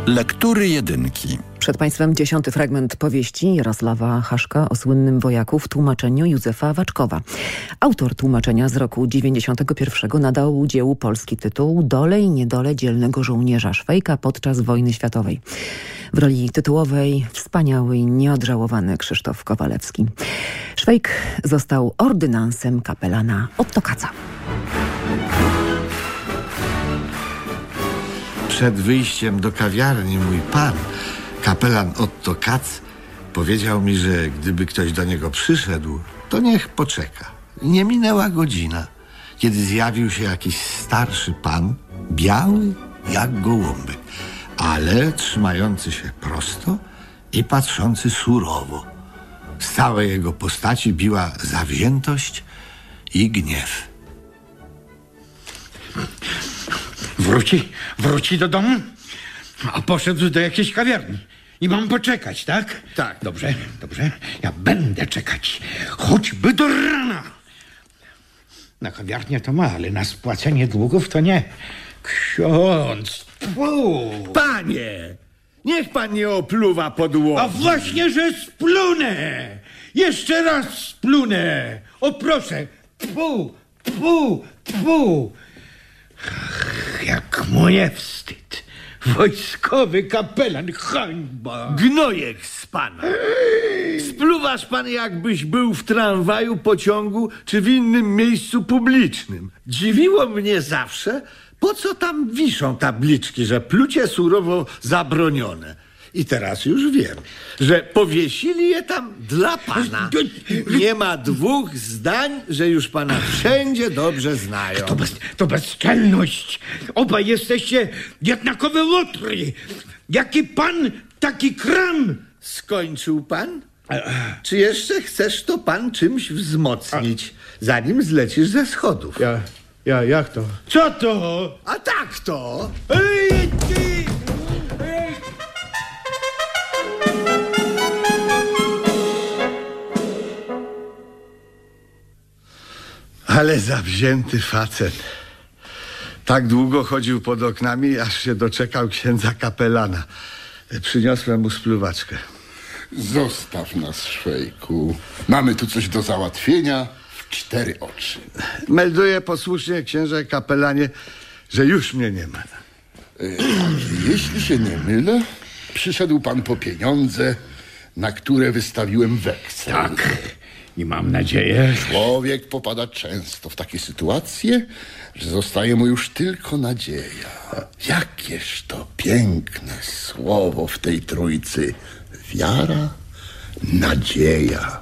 Lektury jedynki. Przed Państwem 10. fragment powieści Jarosława Haszka o słynnym wojaku w tłumaczeniu Józefa Waczkowa. Autor tłumaczenia z roku 91 nadał dziełu polski tytuł Dole i niedole dzielnego żołnierza Szwejka podczas wojny światowej. W roli tytułowej wspaniały i nieodżałowany Krzysztof Kowalewski. Szwejk został ordynansem kapelana Otto Katza. Przed wyjściem do kawiarni mój pan, kapelan Otto Katz, powiedział mi, że gdyby ktoś do niego przyszedł, to niech poczeka. Nie minęła godzina, kiedy zjawił się jakiś starszy pan, biały jak gołąbek, ale trzymający się prosto i patrzący surowo. Z całej jego postaci biła zawziętość i gniew. Wróci do domu, a poszedł do jakiejś kawiarni. I mam poczekać, tak? Tak. Dobrze. Ja będę czekać. Choćby do rana. Na kawiarnię to ma, ale na spłacenie długów to nie. Ksiądz. Panie, niech pan nie opluwa podłogi. A właśnie, że splunę. Jeszcze raz splunę. O proszę. Ach, jak mu nie wstyd. Wojskowy kapelan, hańba. Gnojek z pana. Spluwasz pan, jakbyś był w tramwaju, pociągu czy w innym miejscu publicznym. Dziwiło mnie zawsze, po co tam wiszą tabliczki, że plucie surowo zabronione. I teraz już wiem, że powiesili je tam dla pana. Nie ma dwóch zdań, że już pana wszędzie dobrze znają. To bezczelność. Obaj jesteście jednakowe łotry. Jaki pan, taki kram. Skończył pan? Czy jeszcze chcesz to pan czymś wzmocnić, zanim zlecisz ze schodów? Jak to? Co to? A tak to! Ale zawzięty facet. Tak długo chodził pod oknami, aż się doczekał księdza kapelana. Przyniosłem mu spluwaczkę. Zostaw nas, Szwejku. Mamy tu coś do załatwienia w 4 oczy. Melduję posłusznie, księże kapelanie, że już mnie nie ma. Jeśli się nie mylę, przyszedł pan po pieniądze, na które wystawiłem weksel. Tak. I mam nadzieję... Człowiek popada często w takie sytuacje, że zostaje mu już tylko nadzieja. Jakież to piękne słowo w tej trójcy. Wiara, nadzieja,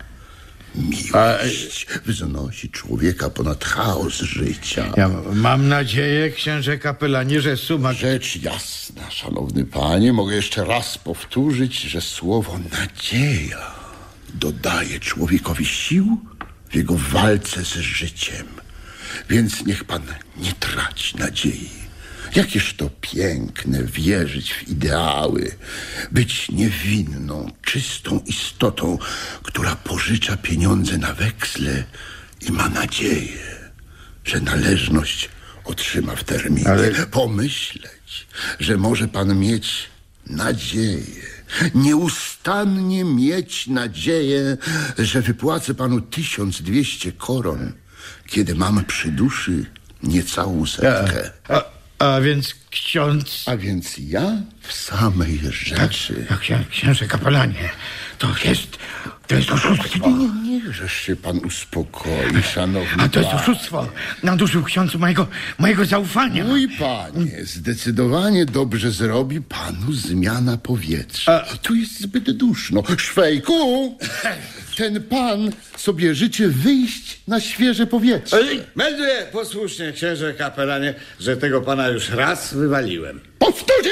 miłość wznosi człowieka ponad chaos życia. Ja mam nadzieję, księże kapelanie, że suma... Rzecz jasna, szanowny panie, mogę jeszcze raz powtórzyć, że słowo nadzieja dodaje człowiekowi sił w jego walce z życiem. Więc niech pan nie traci nadziei. Jakież to piękne wierzyć w ideały, być niewinną, czystą istotą, która pożycza pieniądze na weksle i ma nadzieję, że należność otrzyma w terminie. Ale... Pomyśleć, że może pan mieć nadzieję, nieustannie mieć nadzieję, że wypłacę panu 1200 koron, kiedy mam przy duszy niecałą setkę. A więc ksiądz... A więc ja w samej rzeczy... Księże kapelanie, to jest oszustwo. Niechżeż się pan uspokoi, szanowny. A to jest oszustwo. Nadużył ksiądz mojego zaufania. Mój panie, zdecydowanie dobrze zrobi panu zmiana powietrza. Tu jest zbyt duszno. Szwejku, ten pan sobie życzy wyjść na świeże powietrze. Melduję posłusznie, księże kapelanie, że tego pana już raz wywaliłem. Powtórzyć!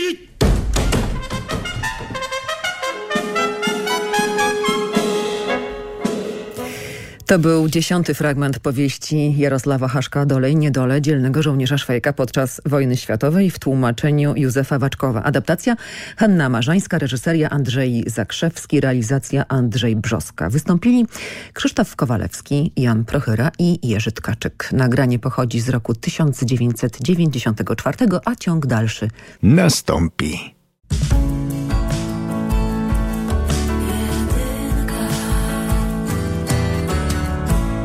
To był 10. fragment powieści Jarosława Haszka Dole i niedole dzielnego żołnierza Szwejka podczas wojny światowej w tłumaczeniu Józefa Waczkowa. Adaptacja Hanna Marzańska, reżyseria Andrzej Zakrzewski, realizacja Andrzej Brzoska. Wystąpili Krzysztof Kowalewski, Jan Prochyra i Jerzy Tkaczyk. Nagranie pochodzi z roku 1994, a ciąg dalszy nastąpi.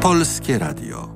Polskie Radio.